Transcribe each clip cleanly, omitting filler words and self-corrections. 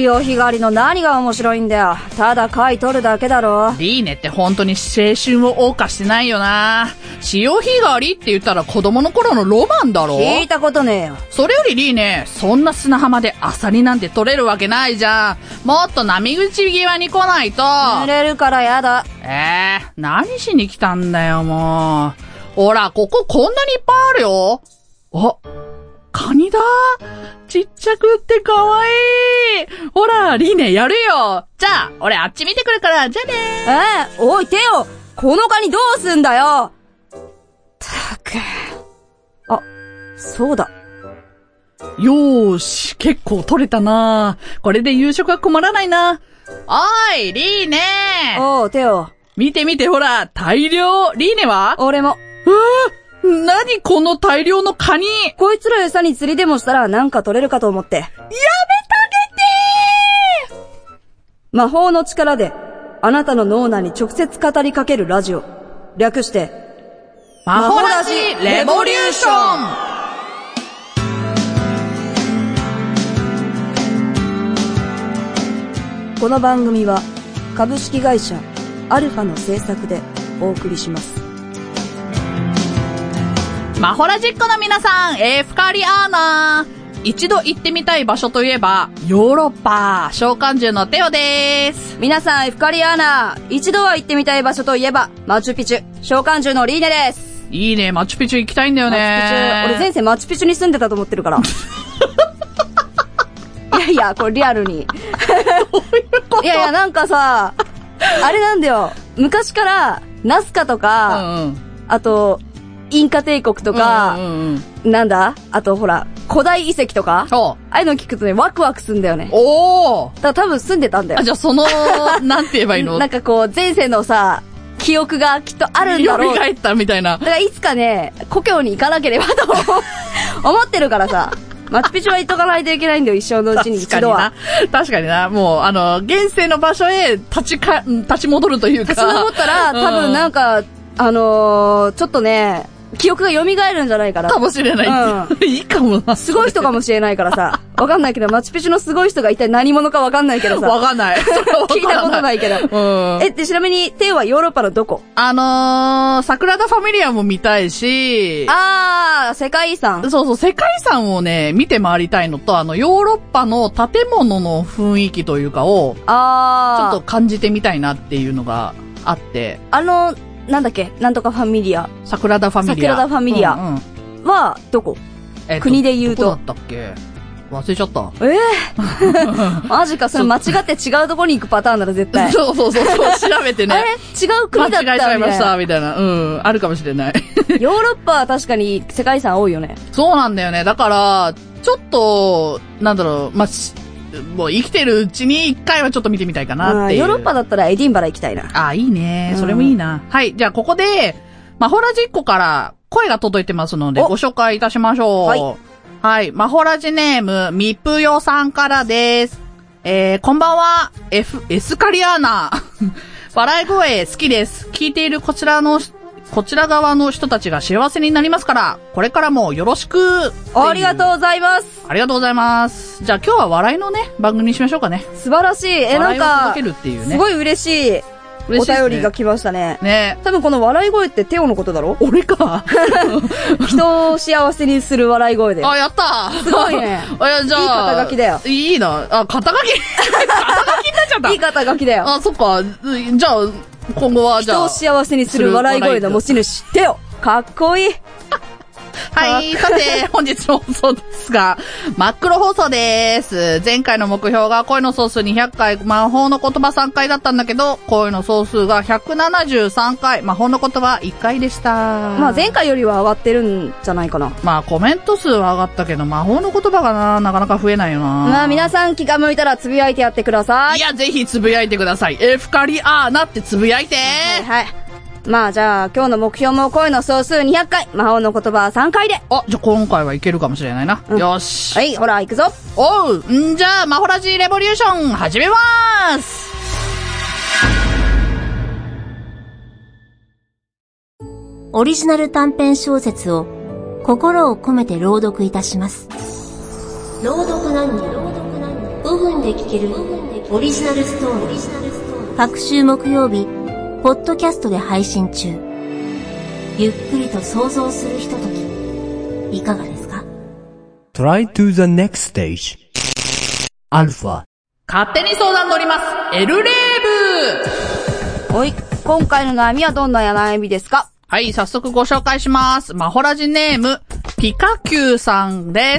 潮干狩りの何が面白いんだよ。ただ貝取るだけだろ。 リーネって本当に青春を謳歌してないよな。潮干狩りって言ったら子供の頃のロマンだろ。 聞いたことねえよ。 それよりリーネ、そんな砂浜でアサリなんて取れるわけないじゃん。もっと波口際に来ないと。 濡れるからやだ。 何しに来たんだよもう。ほら、こここんなにいっぱいあるよ。あ、カニだ。ちっちゃくってかわいい。ほら、リーネやるよ。じゃあ、俺あっち見てくるから、じゃあね。 おい、テオ、このカニどうすんだよ。たく。あ、そうだ。 よーし、結構取れたな。これで夕食は困らないな。おい、リーネ。 おう、テオ。 見て見て、ほら、大量。リーネは？ 俺も。 何この大量のカニ。 こいつら餌に釣りでもしたらなんか取れるかと思って。やめてあげてー。魔法の力であなたの脳内に直接語りかけるラジオ。略して、 魔法ラジレボリューション。この番組は株式会社アルファの制作でお送りします。 マホラジックの皆さん、フカリアーナ。一度行ってみたい場所といえば、ヨーロッパ、召喚獣のテオです。 皆さん、フカリアーナ。一度は行ってみたい場所といえば、マチュピチュ、召喚獣のリーネです。 いいね、マチュピチュ行きたいんだよね。 マチュピチュ、俺前世マチュピチュに住んでたと思ってるから。いや、これリアルに。 どういうこと？ いや、なんかさ、あれなんだよ。昔から、ナスカとか、あと、インカ帝国とか、なんだ？あとほら、古代遺跡とか、ああいうの聞くとね、ワクワクすんだよね。 おー。 だから多分住んでたんだよ。 じゃあなんて言えばいいの？ なんかこう、前世のさ、記憶がきっとあるんだろう。 蘇ったみたいな。 だからいつかね、故郷に行かなければと思ってるからさ。マチュピチュは行っとかないといけないんだよ、一生のうちに一度は。 確かにな。もう、現世の場所へ立ち戻るというか。 そう思ったら、多分なんか、ちょっとね、記憶が蘇るんじゃないかな。 かもしれない。いいかもな。 すごい人かもしれないからさ。わかんないけど、マチュピチュのすごい人が一体何者かわかんないけどさ。 わかんない。 聞いたことないけど。で、ちなみに、テオはヨーロッパのどこ？ サグラダ・ファミリアも見たいし。 世界遺産。 そうそう、世界遺産をね、見て回りたいのと、ヨーロッパの建物の雰囲気というかを、ちょっと感じてみたいなっていうのがあって。 なんだっけ？なんとかファミリア。 サグラダ・ファミリア。 サグラダ・ファミリアは、どこ？国で言うと。 どこだったっけ？忘れちゃった。 マジか、それ間違って違うとこに行くパターンなら絶対。 そう調べてね。 あれ違う国だった間違えちゃいました、みたいな。あるかもしれない。 ヨーロッパは確かに世界遺産多いよね。そうなんだよね。だから、ちょっと、なんだろう、もう生きてるうちに一回はちょっと見てみたいかなっていう。 ヨーロッパだったらエディンバラ行きたいな。 いいね。それもいいな。はい。じゃあここで、マホラジ1個から声が届いてますのでご紹介いたしましょう。はい。マホラジネーム、ミプヨさんからです。こんばんは。エスカリアーナ。笑い声好きです。聞いているこちら側の人たちが幸せになりますから、これからもよろしく。 ありがとうございます。 ありがとうございます。じゃあ今日は笑いのね、番組にしましょうかね。 素晴らしい。なんか、すごい嬉しい。お便りが来ましたね。 ね。 多分この笑い声ってテオのことだろ？ 俺か。 人を幸せにする笑い声で。 やったー。 すごいね。 じゃあ。 いい肩書きだよ。 いいな。肩書き肩書きになっちゃった。 いい肩書きだよ。 そっか。じゃあ、今後はじゃあ。 人を幸せにする笑い声の持ち主、テオ。かっこいい。 はい。さて、本日の放送ですが、真っ黒放送です。前回の目標が声の総数200回、魔法の言葉3回だったんだけど、声の総数が173回、魔法の言葉1回でした。 前回よりは上がってるんじゃないかな。 コメント数は上がったけど、魔法の言葉がなかなか増えないよな。 皆さん気が向いたらつぶやいてやってください。 いや、ぜひつぶやいてください。フカリアーナってつぶやいて。 はい。じゃあ、今日の目標も声の総数200回、魔法の言葉は3回で。 じゃあ今回はいけるかもしれないな。よし。 はい、ほら、行くぞ。 じゃあ、マホラジレボリューション、始めまーす。 オリジナル短編小説を心を込めて朗読いたします。朗読何人 5分で聞けるオリジナルストーリー。各週木曜日、ポッドキャストで配信中。ゆっくりと想像するひととき、いかがですか？ Try to the next stage. アルファ。 勝手に相談乗ります。エルレーブ。 はい。今回の悩みはどんな悩みですか？ はい、早速ご紹介します。マホラジネーム、ピカキューさんです。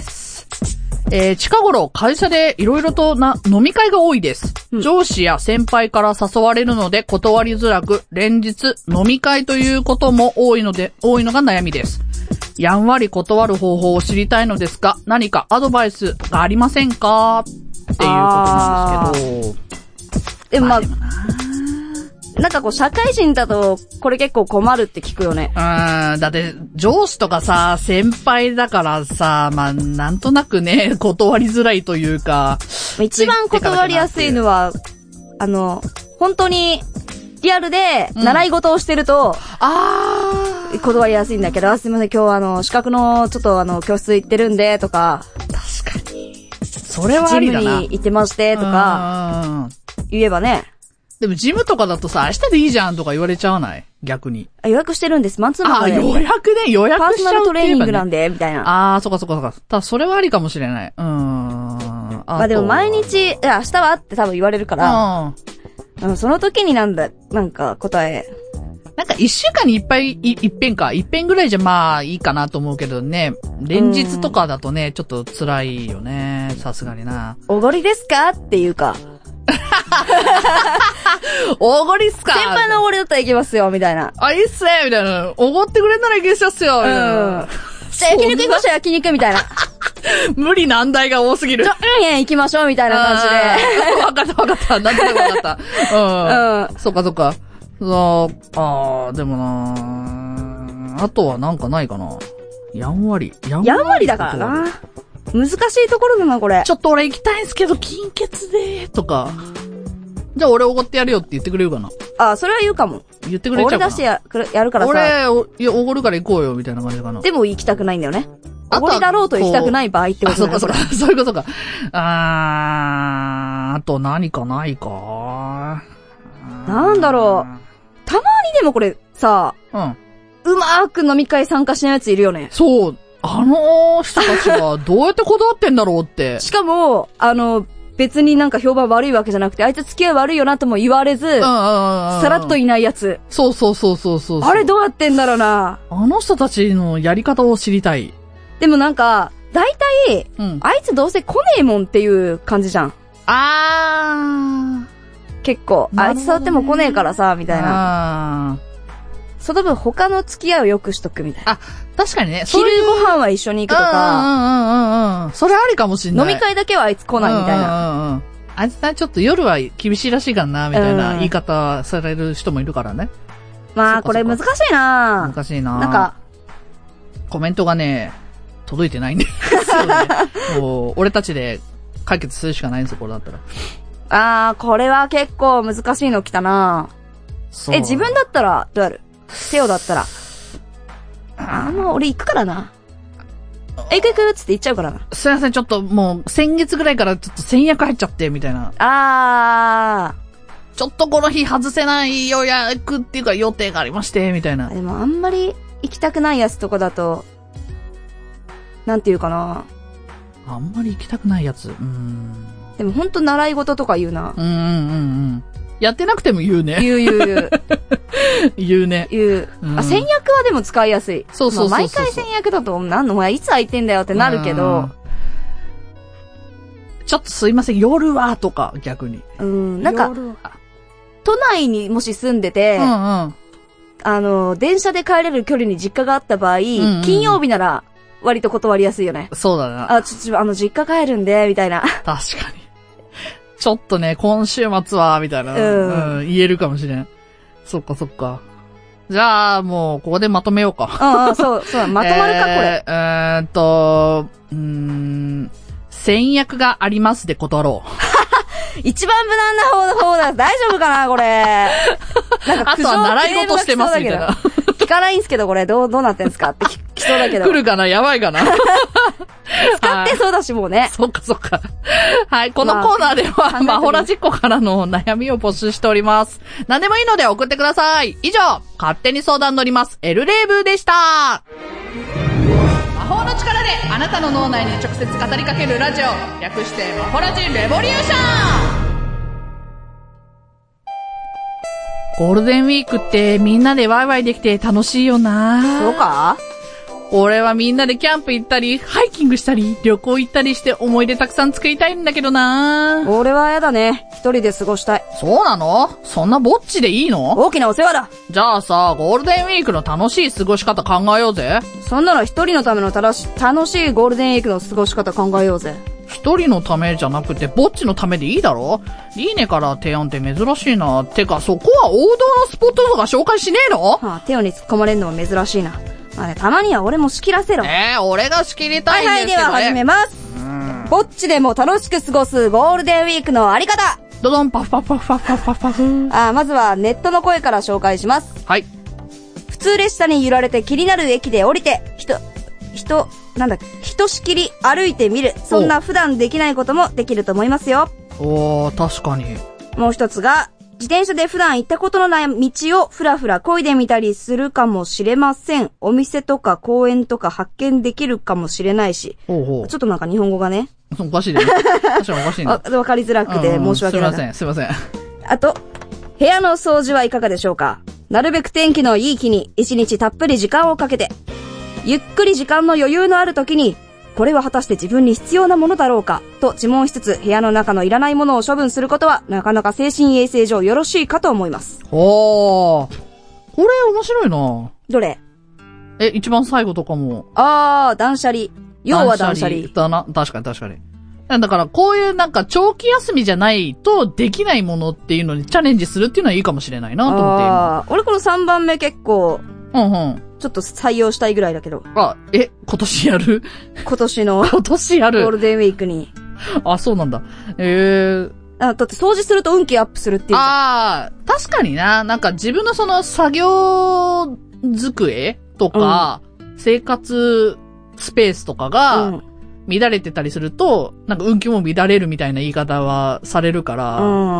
近頃会社で色々と飲み会が多いです。上司や先輩から誘われるので断りづらく、連日飲み会ということも多いのが悩みです。やんわり断る方法を知りたいのですが、何かアドバイスがありませんか？っていうことなんですけど。 でもなんかこう社会人だとこれ結構困るって聞くよね。 だって上司とかさ、先輩だからさ、まあなんとなくね、断りづらいというか。 一番断りやすいのは、本当にリアルで習い事をしてると、断りやすいんだけど、すいません今日資格のちょっと教室行ってるんでとか。 確かに。それはありだな。 ジムに行ってましてとか言えばね。 でもジムとかだとさ、明日でいいじゃんとか言われちゃわない？逆に。 予約してるんです。マンツーマンで。 予約しちゃう。 パーソナルトレーニングなんで、みたいな。 そっか。ただそれはありかもしれない。 まあでも毎日、明日はって多分言われるから、その時になんか答え。 なんか一週間に一遍ぐらいじゃまあいいかなと思うけどね。連日とかだとね、ちょっと辛いよね。さすがにな。 おごりですかっていうか。 おごりっすか？ 先輩のおごりだったら行きますよ、みたいな。 いいっすねみたいな。おごってくれんなら行けちゃっすよみたいな。 じゃあ焼肉行きましょう、焼肉みたいな。 無理難題が多すぎる。 行きましょう、みたいな感じで。 わかった。なんとなくわかった。そっか。でもなあとはなんかないかな。やんわりだからな。難しいところだな、これ。 ちょっと俺行きたいんすけど、金欠でとか。じゃあ俺おごってやるよって言ってくれるかな。 それは言うかも。 言ってくれちゃうかな。 俺出してやるからさ。 おごるから行こうよ、みたいな感じかな。 でも行きたくないんだよね。おごりだろうと行きたくない場合ってことだよ。 そうか。そういうことか。あと何かないか。 なんだろう。たまにでもこれさ、うまーく飲み会参加しないやついるよね。 そう。人たちはどうやって断ってんだろうって。 しかも、別になんか評判悪いわけじゃなくて、あいつ付き合い悪いよなとも言われず、さらっといないやつ。 そう。 あれどうやってんだろうな。 あの人たちのやり方を知りたい。 でもなんか、だいたい、あいつどうせ来ねえもんっていう感じじゃん。結構、あいつ触っても来ねえからさ、みたいな。その分他の付き合いを良くしとくみたいな。 確かにね。 昼ご飯は一緒に行くとか。 それありかもしんない。 飲み会だけはあいつ来ないみたいな。 あいつちょっと夜は厳しいらしいからな、みたいな言い方される人もいるからね。 まあ、これ難しいな。 難しいな。 なんか、 コメントがね、届いてないんで。もう、俺たちで解決するしかないんですよ、これだったら。 これは結構難しいの来たな。自分だったらどうやる？テオだったら。俺行くからな。行くつって言っちゃうからな。 すいません、ちょっともう、先月ぐらいからちょっと先約入っちゃって、みたいな。ちょっとこの日外せない予約っていうか予定がありまして、みたいな。 でもあんまり行きたくないやつとかだと、なんていうかな。 あんまり行きたくないやつ。 でもほんと習い事とか言うな。 やってなくても言うね。 言う。 言うね。 先約はでも使いやすい。 そう。 毎回先約だと、いつ空いてんだよってなるけど。 ちょっとすいません、夜はとか、逆に。 なんか、都内にもし住んでて、電車で帰れる距離に実家があった場合、金曜日なら割と断りやすいよね。 そうだな。 実家帰るんで、みたいな。 確かに。ちょっとね、今週末は、みたいな、言えるかもしれん。そっか。じゃあ、もう、ここでまとめようか。 そう、まとまるか、これ。 先約がありますで断ろう。 一番無難な方だ。大丈夫かなこれ。なんかあとは習い事してますみたいな。 聞かないんすけど、これ、どうなってんすかって来そうだけど。 来るかなやばいかな使ってそうだしもうね。 そっかそっか。はい。このコーナーでは、マホラジっ子からの悩みを募集しております。何でもいいので送ってください。以上、勝手に相談乗ります。エルレーブでした。魔法の力であなたの脳内に直接語りかけるラジオ。略してマホラジレボリューション。ゴールデンウィークってみんなでワイワイできて楽しいよな。 そうか？ 俺はみんなでキャンプ行ったり、ハイキングしたり、旅行行ったりして思い出たくさん作りたいんだけどな。 俺はやだね。一人で過ごしたい。 そうなの？そんなぼっちでいいの？ 大きなお世話だ。 じゃあさ、ゴールデンウィークの楽しい過ごし方考えようぜ。 そんなの一人のための楽しいゴールデンウィークの過ごし方考えようぜ。 一人のためじゃなくて、ぼっちのためでいいだろ？リーネから提案って珍しいな。てか、そこは王道のスポットとか紹介しねえの？ はあ、テオに突っ込まれるのも珍しいな。まあね、たまには俺も仕切らせろ。 俺が仕切りたいんですけどね。 はいはい、では始めます。ぼっちでも楽しく過ごすゴールデンウィークのあり方。 ドドンパフパフパフパフパフパフパフ。 まずはネットの声から紹介します。 はい。 普通列車に揺られて気になる駅で降りて、ひとしきり歩いてみる。そんな普段できないこともできると思いますよ。 確かに。 もう一つが、自転車で普段行ったことのない道をふらふら漕いでみたりするかもしれません。お店とか公園とか発見できるかもしれないし。ちょっとなんか日本語がね。 おかしいね。確かにおかしいね。 わかりづらくて申し訳ない。 すいません。 あと、部屋の掃除はいかがでしょうか？なるべく天気のいい日に一日たっぷり時間をかけて、ゆっくり時間の余裕のある時に、これは果たして自分に必要なものだろうかと自問しつつ、部屋の中のいらないものを処分することはなかなか精神衛生上よろしいかと思います。 これ面白いな。 どれ？ 一番最後とかも。 断捨離。要は断捨離。 だな。確かに。だからこういうなんか長期休みじゃないとできないものっていうのにチャレンジするっていうのはいいかもしれないなと思って。 俺この3番目結構、ちょっと採用したいぐらいだけど。 今年やる？ 今年やる。 ゴールデンウィークに。 そうなんだ。 だって掃除すると運気アップするっていう。 確かにな。なんか自分のその作業机とか、生活スペースとかが乱れてたりすると、なんか運気も乱れるみたいな言い方はされるから。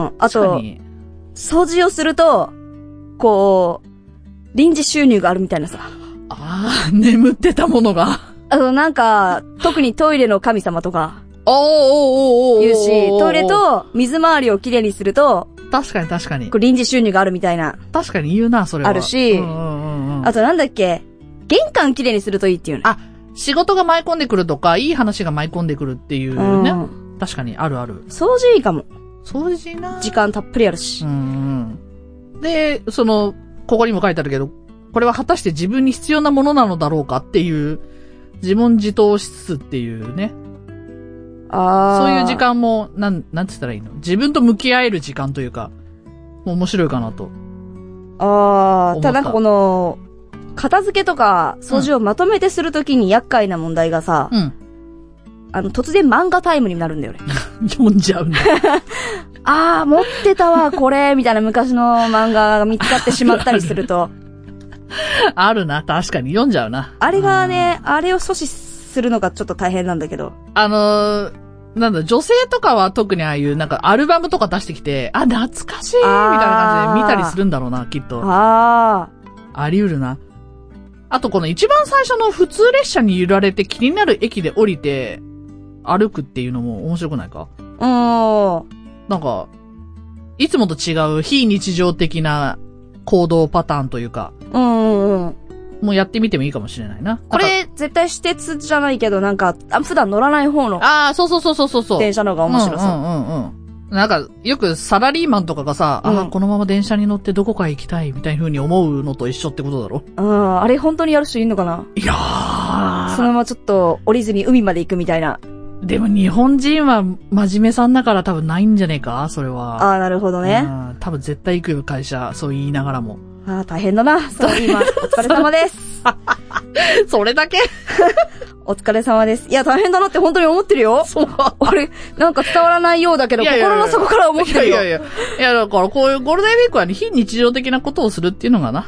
あと、掃除をすると、こう、臨時収入があるみたいなさ。 眠ってたものが。 なんか、特にトイレの神様とか。 言うし、トイレと水回りをきれいにすると、 確かに。 臨時収入があるみたいな。 確かに言うな、それは。 あるし、あとなんだっけ、玄関きれいにするといいっていうね。 仕事が舞い込んでくるとか、いい話が舞い込んでくるっていうね。確かに、ある。 掃除いいかも。 掃除な。 時間たっぷりあるし。 で、ここにも書いてあるけど、これは果たして自分に必要なものなのだろうかっていう、自問自答しつつっていうね。そういう時間も、なんて言ったらいいの？自分と向き合える時間というか、面白いかなと。 ただなんかこの、片付けとか掃除をまとめてするときに厄介な問題がさ、突然漫画タイムになるんだよね。 読んじゃうんだ。 持ってたわ、これ、みたいな昔の漫画が見つかってしまったりすると。 あるな、確かに読んじゃうな。 あれがね、あれを阻止するのがちょっと大変なんだけど。 女性とかは特にああいうなんかアルバムとか出してきて、懐かしいみたいな感じで見たりするんだろうな、きっと。あり得るな。あとこの一番最初の普通列車に揺られて気になる駅で降りて歩くっていうのも面白くないか？なんか、いつもと違う非日常的な行動パターンというか。もうやってみてもいいかもしれないな。 これ、絶対私鉄じゃないけど、なんか、普段乗らない方の。 そう。 電車の方が面白そう。 なんか、よくサラリーマンとかがさ、このまま電車に乗ってどこかへ行きたいみたいな風に思うのと一緒ってことだろ？ あれ本当にやる人いんのかな？ いやー。 そのままちょっと降りずに海まで行くみたいな。 でも日本人は真面目さんだから多分ないんじゃねえか？それは。 なるほどね。 多分絶対行くよ、会社。そう言いながらも。 大変だな。今、お疲れ様です。 それだけお疲れ様です。いや、大変だなって本当に思ってるよ。俺、なんか伝わらないようだけど、心の底から思ってるよ。 いや、だからこういうゴールデンウィークはね、非日常的なことをするっていうのがな。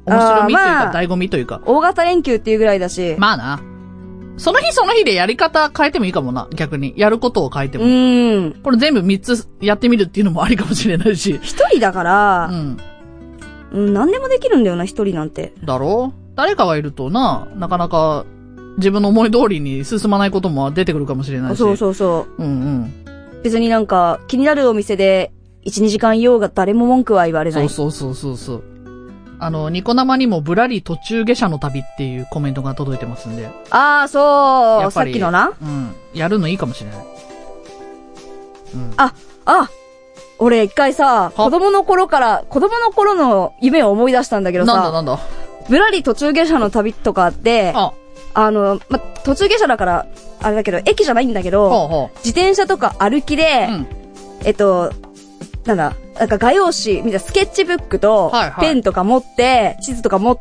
面白みというか、醍醐味というか。 大型連休っていうぐらいだし。 まあな。その日その日でやり方変えてもいいかもな、逆に。やることを変えても。これ全部3つやってみるっていうのもありかもしれないし。 一人だから、何でもできるんだよな、一人なんて。 だろ？誰かがいるとなか自分の思い通りに進まないことも出てくるかもしれないし。 そうそうそう。別になんか、気になるお店で、1、2時間いようが誰も文句は言われない。 そう。ニコ生にもぶらり途中下車の旅っていうコメントが届いてますんで。 ああ、そう。さっきのな。 やるのいいかもしれない。 俺一回さ、子供の頃の夢を思い出したんだけどさ。 なんだ。 ぶらり途中下車の旅とかあって、途中下車だから、あれだけど、駅じゃないんだけど、自転車とか歩きで、なんか画用紙、みたいなスケッチブックと、ペンとか持って、地図とか持って、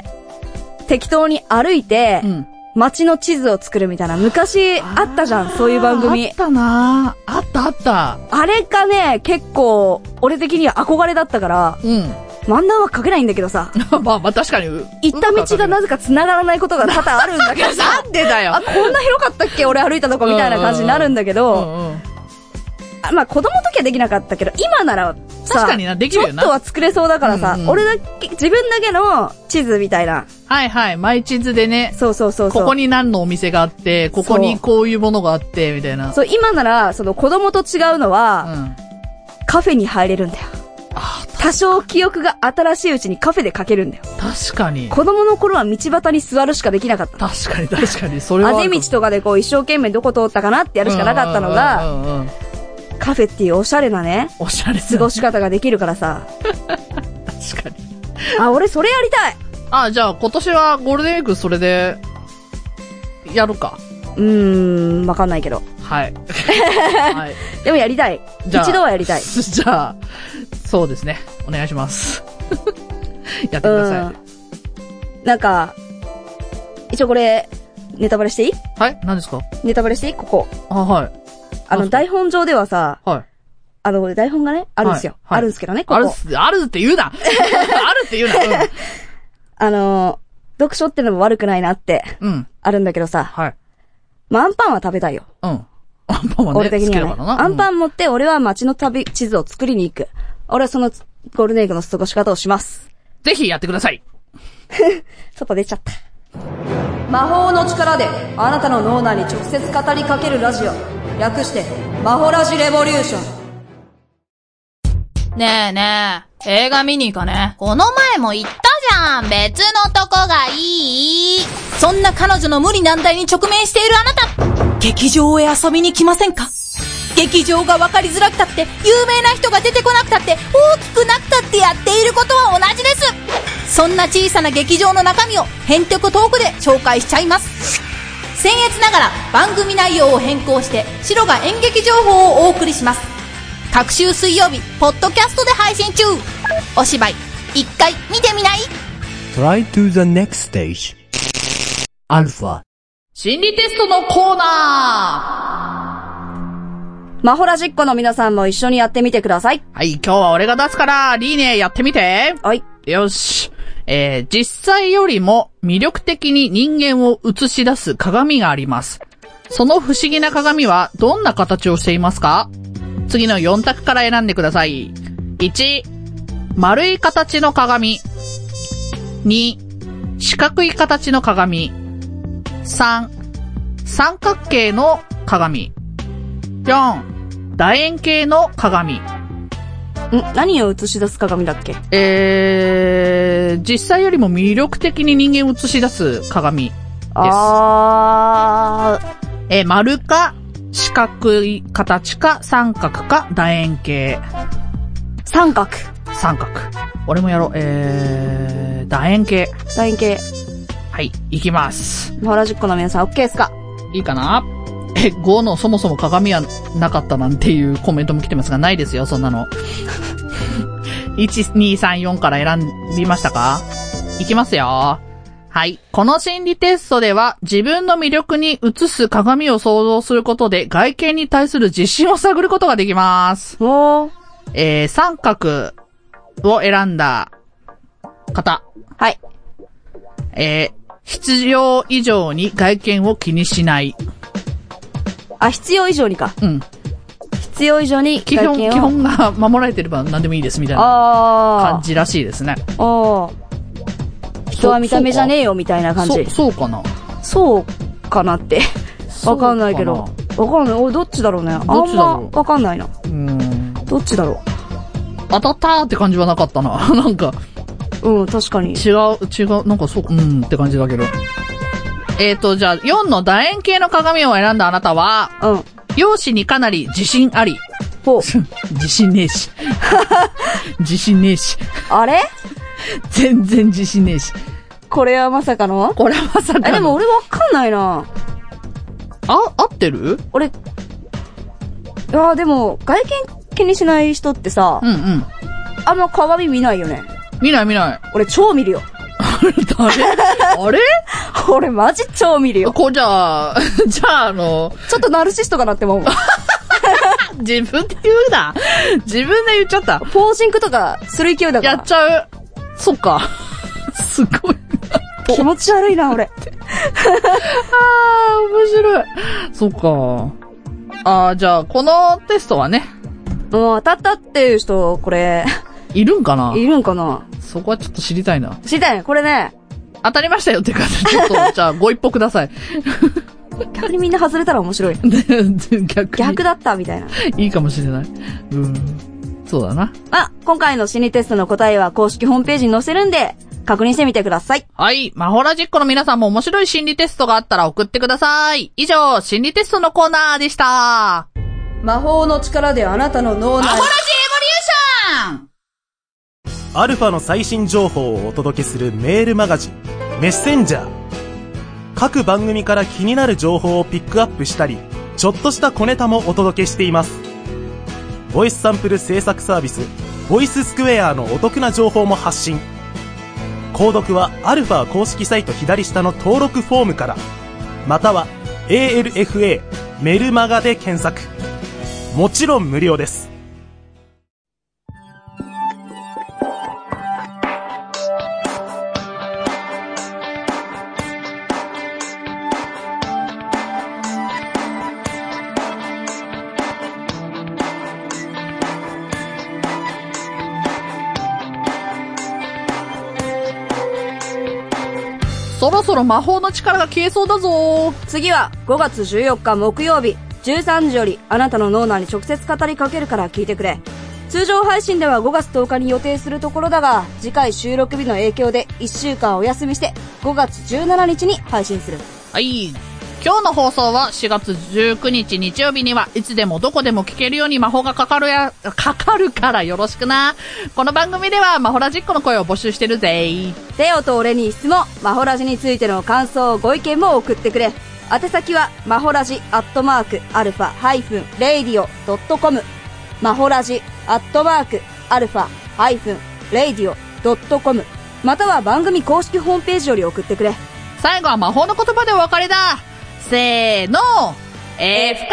適当に歩いて、街の地図を作るみたいな、昔あったじゃん、そういう番組。 あったなぁ。あった。 あれがね、結構、俺的には憧れだったから、漫談は書けないんだけどさ。 まあ確かに。 行った道がなぜか繋がらないことが多々あるんだけどさ。 なんでだよ。 こんな広かったっけ俺歩いたとこみたいな感じになるんだけど、まあ子供の時はできなかったけど、今ならさ、 確かにな、できるよな。 ちょっとは作れそうだからさ、自分だけの地図みたいな。 マイ地図でね。 そう。ここに何のお店があって、ここにこういうものがあって、みたいな。 そう、今なら、子供と違うのは、カフェに入れるんだよ。多少記憶が新しいうちにカフェで書けるんだよ。 確かに。 子供の頃は道端に座るしかできなかった。 確かに。それは。 あぜ道とかで一生懸命どこ通ったかなってやるしかなかったのが、カフェっていうおしゃれなね、過ごし方ができるからさ。 確かに。 俺それやりたい。 じゃあ今年はゴールデンウィークそれで、やるか。 わかんないけど。 はい。 でもやりたい。一度はやりたい。 じゃあ、そうですね。お願いします。やってください。なんか、一応これ、ネタバレしていい？ はい？何ですか？ ネタバレしていい？ここ。 はい。 台本上ではさ、台本がね、あるんですよ。あるんですけどね、ここ。 あるって言うな。あるって言うな。 読書ってのも悪くないなって、あるんだけどさ、まあ、アンパンは食べたいよ。 アンパンはね、 俺的にはね。アンパン持って俺は街の地図を作りに行く。俺はそのゴールデンウィークの過ごし方をします。 ぜひやってください。 外出ちゃった。魔法の力であなたの脳内に直接語りかけるラジオ。略して、マホラジレボリューション。 ねえ、映画見に行かね。この前も言ったじゃん。別のとこがいい。そんな彼女の無理難題に直面しているあなた。劇場へ遊びに来ませんか？劇場が分かりづらくたって、有名な人が出てこなくたって、大きくなくたってやっていることは同じです。そんな小さな劇場の中身を、ヘンテコトークで紹介しちゃいます。僭越ながら番組内容を変更して白が演劇情報をお送りします。各週水曜日ポッドキャストで配信中。お芝居一回見てみない？ Try to the next stage. アルファ心理テストのコーナー。マホラジッコの皆さんも一緒にやってみてください。 はい、今日は俺が出すからリーネやってみて。 はい。 よし。実際よりも魅力的に人間を映し出す鏡があります。その不思議な鏡はどんな形をしていますか？次の4択から選んでください。1、丸い形の鏡。2、四角い形の鏡。3、三角形の鏡。4、楕円形の鏡。 何を映し出す鏡だっけ？ 実際よりも魅力的に人間を映し出す鏡です。丸か、四角い形か、三角か、楕円形。 三角。 俺もやろう。楕円形。 楕円形。 はい、いきます。 マホラジッコの皆さん、OK ですか？ いいかな？5のそもそも鏡はなかったなんていうコメントも来てますが、ないですよ、そんなの。1、2、3、4から選びましたか？いきますよ。はい。この心理テストでは、自分の魅力に映す鏡を想像することで、外見に対する自信を探ることができます。 三角を選んだ方。 はい。 必要以上に外見を気にしない。 あ、必要以上にか。 うん。 必要以上に外見を。 基本が守られてれば何でもいいですみたいな感じらしいですね。 人は見た目じゃねえよみたいな感じ。 そうかな。 そうかなって。わかんないけど。わかんない。どっちだろうね。あんまわかんないな。どっちだろう。 当たったーって感じはなかったな。なんか。 うん、確かに。 違う、なんかそう、って感じだけど。じゃあ、4の楕円形の鏡を選んだあなたは、容姿にかなり自信あり。自信ねえし。自信ねえし。 あれ全然自信ねえし。 これはまさかの。 でも俺わかんないな。 合ってる？ 俺、いやでも、外見気にしない人ってさ、あんま鏡見ないよね。 見ない。 俺超見るよ。 誰？あれ？ 俺マジ超見るよ。 じゃあちょっとナルシストかなって思う。 自分で言うな。自分で言っちゃった。 ポージングとかする勢いだから。 やっちゃう。そっか。すごい。 気持ち悪いな、俺。 面白い。そっか。じゃあ、このテストはね。 もう当たったっていう人、これ。 いるんかな？ そこはちょっと知りたいな。 これね。 当たりましたよって方、ちょっと、じゃあ、ご一報ください。 逆にみんな外れたら面白い。逆だったみたいな。 いいかもしれない。そうだな。 今回の心理テストの答えは公式ホームページに載せるんで、確認してみてください。 はい。マホラジッコの皆さんも面白い心理テストがあったら送ってください。以上、心理テストのコーナーでした。 魔法の力であなたの脳内。 マホラジエボリューション！ アルファの最新情報をお届けするメールマガジン、メッセンジャー。各番組から気になる情報をピックアップしたり、ちょっとした小ネタもお届けしています。ボイスサンプル制作サービス、ボイススクエアのお得な情報も発信。購読はアルファ公式サイト左下の登録フォームから、または ALFA メルマガで検索。もちろん無料です。 そろそろ魔法の力が消えそうだぞ。 次は5月14日木曜日13時よりあなたの脳内に直接語りかけるから聞いてくれ。通常配信では5月10日に予定するところだが、次回収録日の影響で1週間お休みして5月17日に配信する。 はい。今日の放送は4月19日日曜日にはいつでもどこでも聞けるように魔法がかかるからよろしくな。この番組ではマホラジッコの声を募集してるぜ。 テオと俺に質問、マホラジについての感想、ご意見も送ってくれ。宛先はマホラジ@alpha-radio.com マホラジ@alpha-radio.com または番組公式ホームページより送ってくれ。 最後は魔法の言葉でお別れだ。せーの、エフカリ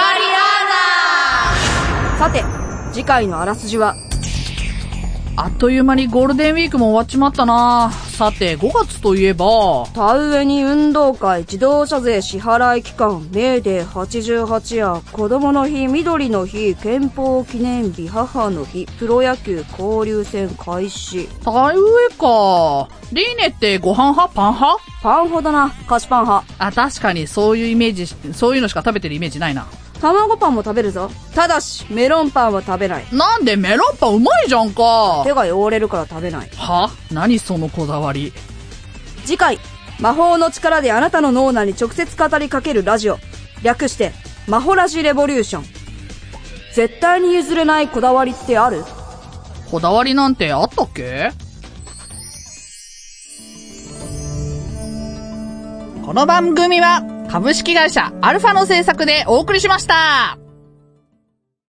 アーナ。 さて、次回のあらすじは、 あっという間にゴールデンウィークも終わっちまったな。さて、5月といえば、 田植えに運動会、自動車税支払い期間、メーデー88や子供の日、緑の日、憲法記念日、母の日、プロ野球交流戦開始。 田植えか。リーネってご飯派パン派？ パン派だな、菓子パン派。 あ、確かにそういうイメージ、そういうのしか食べてるイメージないな。 卵パンも食べるぞ。ただし、メロンパンは食べない。 なんでメロンパンうまいじゃんか。 手が汚れるから食べない。 は？何そのこだわり。 次回、魔法の力であなたの脳内に直接語りかけるラジオ。略して、マホラジレボリューション。絶対に譲れないこだわりってある？ こだわりなんてあったっけ？この番組は株式会社アルファの制作でお送りしました。